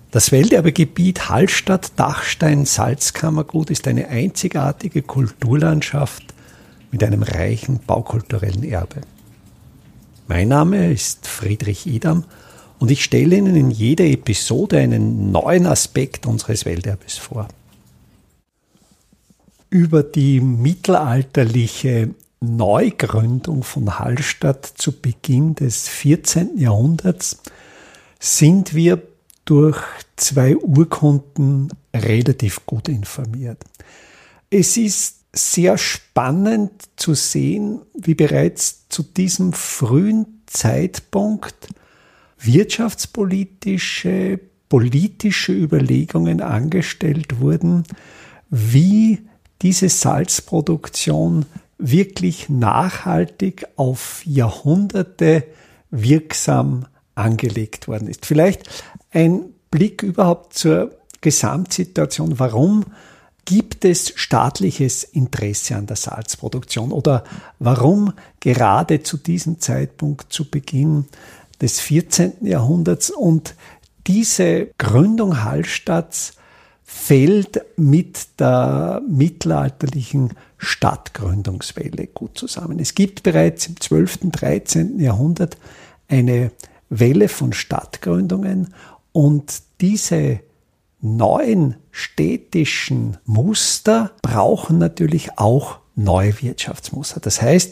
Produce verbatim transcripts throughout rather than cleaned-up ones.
Das Welterbegebiet Hallstatt-Dachstein-Salzkammergut ist eine einzigartige Kulturlandschaft mit einem reichen baukulturellen Erbe. Mein Name ist Friedrich Idam und ich stelle Ihnen in jeder Episode einen neuen Aspekt unseres Welterbes vor. Über die mittelalterliche Neugründung von Hallstatt zu Beginn des vierzehnten Jahrhunderts sind wir durch zwei Urkunden relativ gut informiert. Es ist sehr spannend zu sehen, wie bereits zu diesem frühen Zeitpunkt wirtschaftspolitische, politische Überlegungen angestellt wurden, wie diese Salzproduktion wirklich nachhaltig auf Jahrhunderte wirksam angelegt worden ist. Vielleicht ein Blick überhaupt zur Gesamtsituation. Warum gibt es staatliches Interesse an der Salzproduktion oder warum gerade zu diesem Zeitpunkt zu Beginn des vierzehnten Jahrhunderts? Und diese Gründung Hallstatts fällt mit der mittelalterlichen Stadtgründungswelle gut zusammen. Es gibt bereits im zwölften, dreizehnten Jahrhundert eine Welle von Stadtgründungen und diese neuen städtischen Muster brauchen natürlich auch neue Wirtschaftsmuster. Das heißt,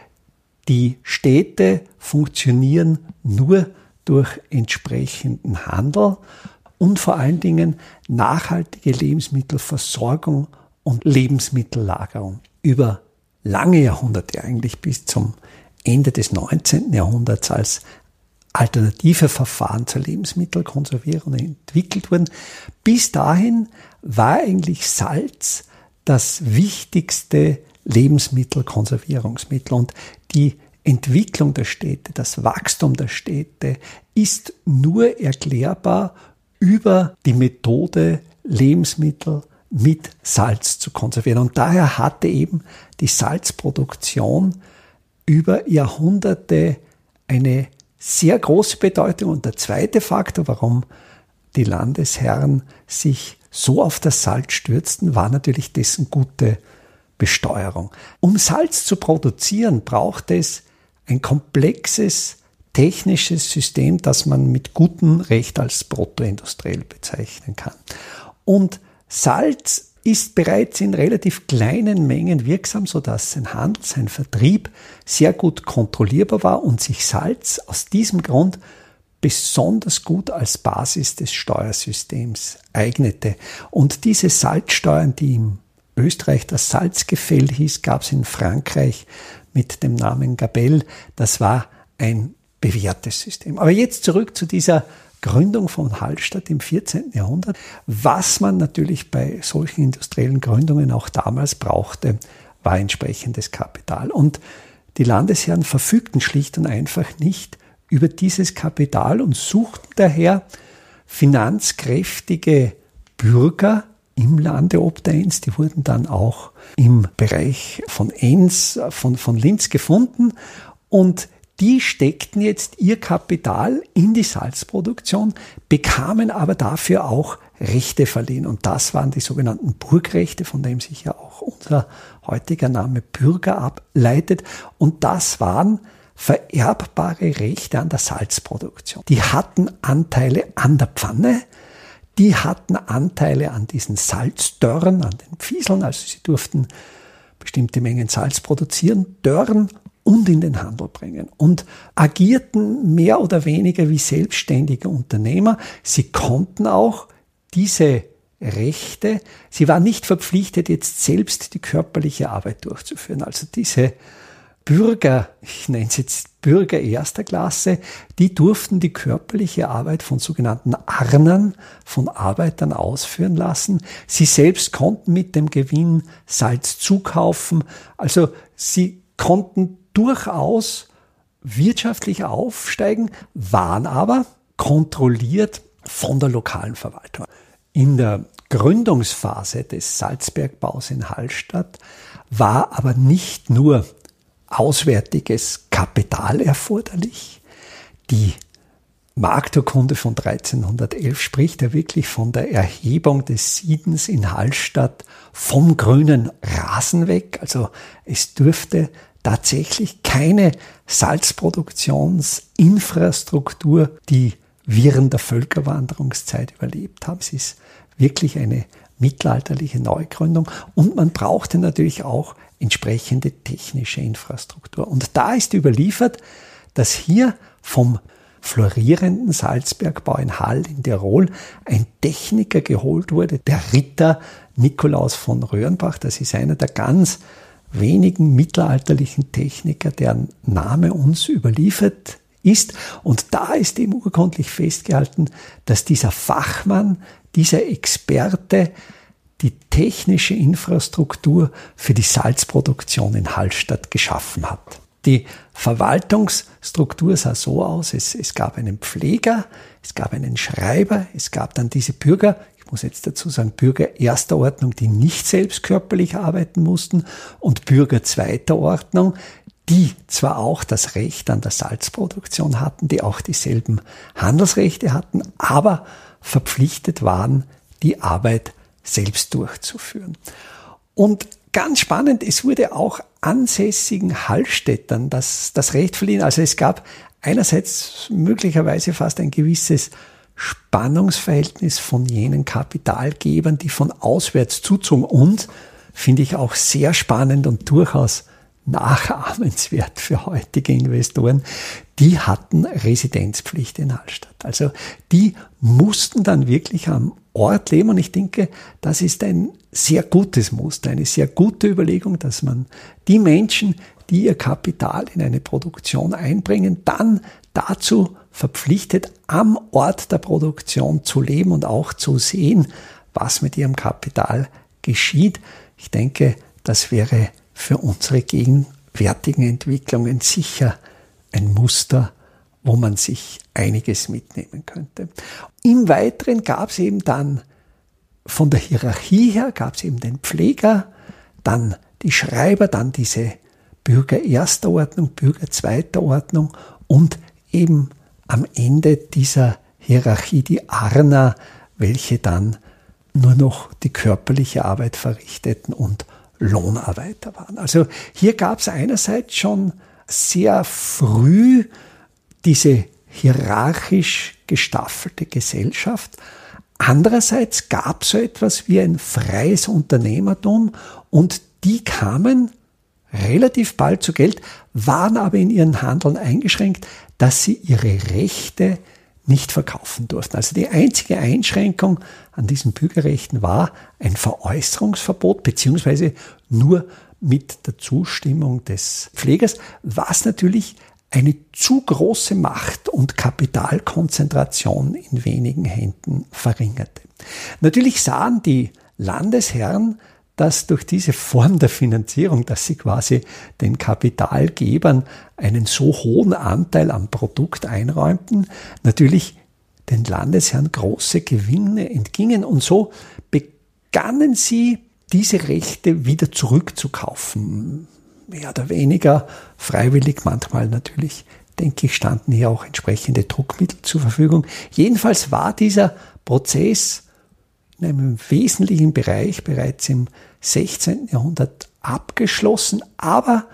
die Städte funktionieren nur durch entsprechenden Handel und vor allen Dingen nachhaltige Lebensmittelversorgung und Lebensmittellagerung über lange Jahrhunderte, eigentlich bis zum Ende des neunzehnten Jahrhunderts als alternative Verfahren zur Lebensmittelkonservierung entwickelt wurden. Bis dahin war eigentlich Salz das wichtigste Lebensmittelkonservierungsmittel und die Entwicklung der Städte, das Wachstum der Städte ist nur erklärbar über die Methode, Lebensmittel mit Salz zu konservieren. Und daher hatte eben die Salzproduktion über Jahrhunderte eine sehr große Bedeutung. Und der zweite Faktor, warum die Landesherren sich so auf das Salz stürzten, war natürlich dessen gute Besteuerung. Um Salz zu produzieren, braucht es ein komplexes technisches System, das man mit gutem Recht als bruttoindustriell bezeichnen kann. Und Salz ist bereits in relativ kleinen Mengen wirksam, sodass sein Handel, sein Vertrieb sehr gut kontrollierbar war und sich Salz aus diesem Grund besonders gut als Basis des Steuersystems eignete. Und diese Salzsteuern, die in Österreich das Salzgefäll hieß, gab es in Frankreich mit dem Namen Gabelle. Das war ein bewährtes System. Aber jetzt zurück zu dieser Gründung von Hallstatt im vierzehnten Jahrhundert. Was man natürlich bei solchen industriellen Gründungen auch damals brauchte, war entsprechendes Kapital. Und die Landesherren verfügten schlicht und einfach nicht über dieses Kapital und suchten daher finanzkräftige Bürger im Lande ob der Enns. Die wurden dann auch im Bereich von Enns, von, von Linz gefunden und die steckten jetzt ihr Kapital in die Salzproduktion, bekamen aber dafür auch Rechte verliehen. Und das waren die sogenannten Burgrechte, von dem sich ja auch unser heutiger Name Bürger ableitet. Und das waren vererbbare Rechte an der Salzproduktion. Die hatten Anteile an der Pfanne, die hatten Anteile an diesen Salzdörren, an den Pfieseln, also sie durften bestimmte Mengen Salz produzieren, dörren und in den Handel bringen und agierten mehr oder weniger wie selbstständige Unternehmer. Sie konnten auch diese Rechte, sie waren nicht verpflichtet, jetzt selbst die körperliche Arbeit durchzuführen. Also diese Bürger, ich nenne es jetzt Bürger erster Klasse, die durften die körperliche Arbeit von sogenannten Arnern, von Arbeitern ausführen lassen. Sie selbst konnten mit dem Gewinn Salz zukaufen. Also sie konnten durchaus wirtschaftlich aufsteigen, waren aber kontrolliert von der lokalen Verwaltung. In der Gründungsphase des Salzbergbaus in Hallstatt war aber nicht nur auswärtiges Kapital erforderlich. Die Markturkunde von dreizehnhundertelf spricht er wirklich von der Erhebung des Siedens in Hallstatt vom grünen Rasen weg. Also es dürfte tatsächlich keine Salzproduktionsinfrastruktur, die Viren der Völkerwanderungszeit überlebt haben. Es ist wirklich eine mittelalterliche Neugründung und man brauchte natürlich auch entsprechende technische Infrastruktur. Und da ist überliefert, dass hier vom florierenden Salzbergbau in Hall in Tirol ein Techniker geholt wurde, der Ritter Nikolaus von Röhrenbach. Das ist einer der ganz wenigen mittelalterlichen Techniker, deren Name uns überliefert ist. Und da ist eben urkundlich festgehalten, dass dieser Fachmann, dieser Experte die technische Infrastruktur für die Salzproduktion in Hallstatt geschaffen hat. Die Verwaltungsstruktur sah so aus, es, es gab einen Pfleger, es gab einen Schreiber, es gab dann diese Bürger, ich muss jetzt dazu sagen, Bürger erster Ordnung, die nicht selbst körperlich arbeiten mussten, und Bürger zweiter Ordnung, die zwar auch das Recht an der Salzproduktion hatten, die auch dieselben Handelsrechte hatten, aber verpflichtet waren, die Arbeit selbst durchzuführen. Und ganz spannend, es wurde auch ansässigen Hallstättern das, das Recht verliehen. Also es gab einerseits möglicherweise fast ein gewisses Spannungsverhältnis von jenen Kapitalgebern, die von auswärts zuzogen, und, finde ich auch sehr spannend und durchaus nachahmenswert für heutige Investoren, die hatten Residenzpflicht in Hallstatt. Also die mussten dann wirklich am Ort leben, und ich denke, das ist ein sehr gutes Muster, eine sehr gute Überlegung, dass man die Menschen, die ihr Kapital in eine Produktion einbringen, dann dazu verpflichtet, am Ort der Produktion zu leben und auch zu sehen, was mit ihrem Kapital geschieht. Ich denke, das wäre für unsere gegenwärtigen Entwicklungen sicher ein Muster, wo man sich einiges mitnehmen könnte. Im Weiteren gab es eben dann von der Hierarchie her, gab es eben den Pfleger, dann die Schreiber, dann diese Bürger erster Ordnung, Bürger zweiter Ordnung und eben am Ende dieser Hierarchie die Arner, welche dann nur noch die körperliche Arbeit verrichteten und Lohnarbeiter waren. Also hier gab es einerseits schon sehr früh diese hierarchisch gestaffelte Gesellschaft. Andererseits gab es so etwas wie ein freies Unternehmertum, und die kamen relativ bald zu Geld, waren aber in ihren Handeln eingeschränkt, dass sie ihre Rechte nicht verkaufen durften. Also die einzige Einschränkung an diesen Bürgerrechten war ein Veräußerungsverbot, beziehungsweise nur mit der Zustimmung des Pflegers, was natürlich eine zu große Macht- und Kapitalkonzentration in wenigen Händen verringerte. Natürlich sahen die Landesherren, dass durch diese Form der Finanzierung, dass sie quasi den Kapitalgebern einen so hohen Anteil am Produkt einräumten, natürlich den Landesherren große Gewinne entgingen, und so begannen sie, diese Rechte wieder zurückzukaufen. Mehr oder weniger freiwillig, manchmal natürlich, denke ich, standen hier auch entsprechende Druckmittel zur Verfügung. Jedenfalls war dieser Prozess in einem wesentlichen Bereich bereits im sechzehnten Jahrhundert abgeschlossen, aber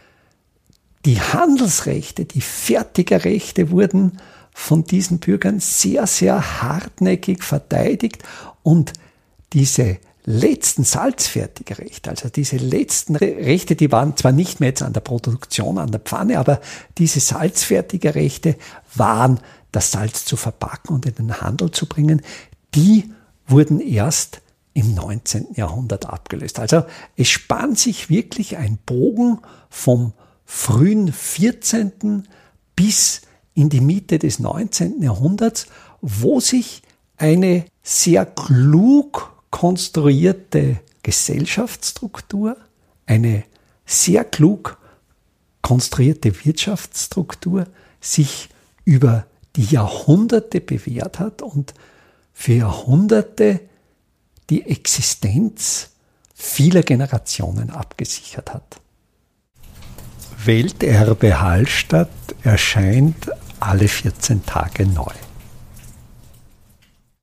die Handelsrechte, die Fertigerrechte wurden von diesen Bürgern sehr, sehr hartnäckig verteidigt, und diese letzten Salzfertigerrechte, also diese letzten Rechte, die waren zwar nicht mehr jetzt an der Produktion, an der Pfanne, aber diese Salzfertigerrechte waren, das Salz zu verpacken und in den Handel zu bringen, die wurden erst im neunzehnten Jahrhundert abgelöst. Also es spannt sich wirklich ein Bogen vom frühen vierzehnten bis in die Mitte des neunzehnten Jahrhunderts, wo sich eine sehr klug konstruierte Gesellschaftsstruktur, eine sehr klug konstruierte Wirtschaftsstruktur sich über die Jahrhunderte bewährt hat und für Jahrhunderte die Existenz vieler Generationen abgesichert hat. Welterbe Hallstatt erscheint alle vierzehn Tage neu.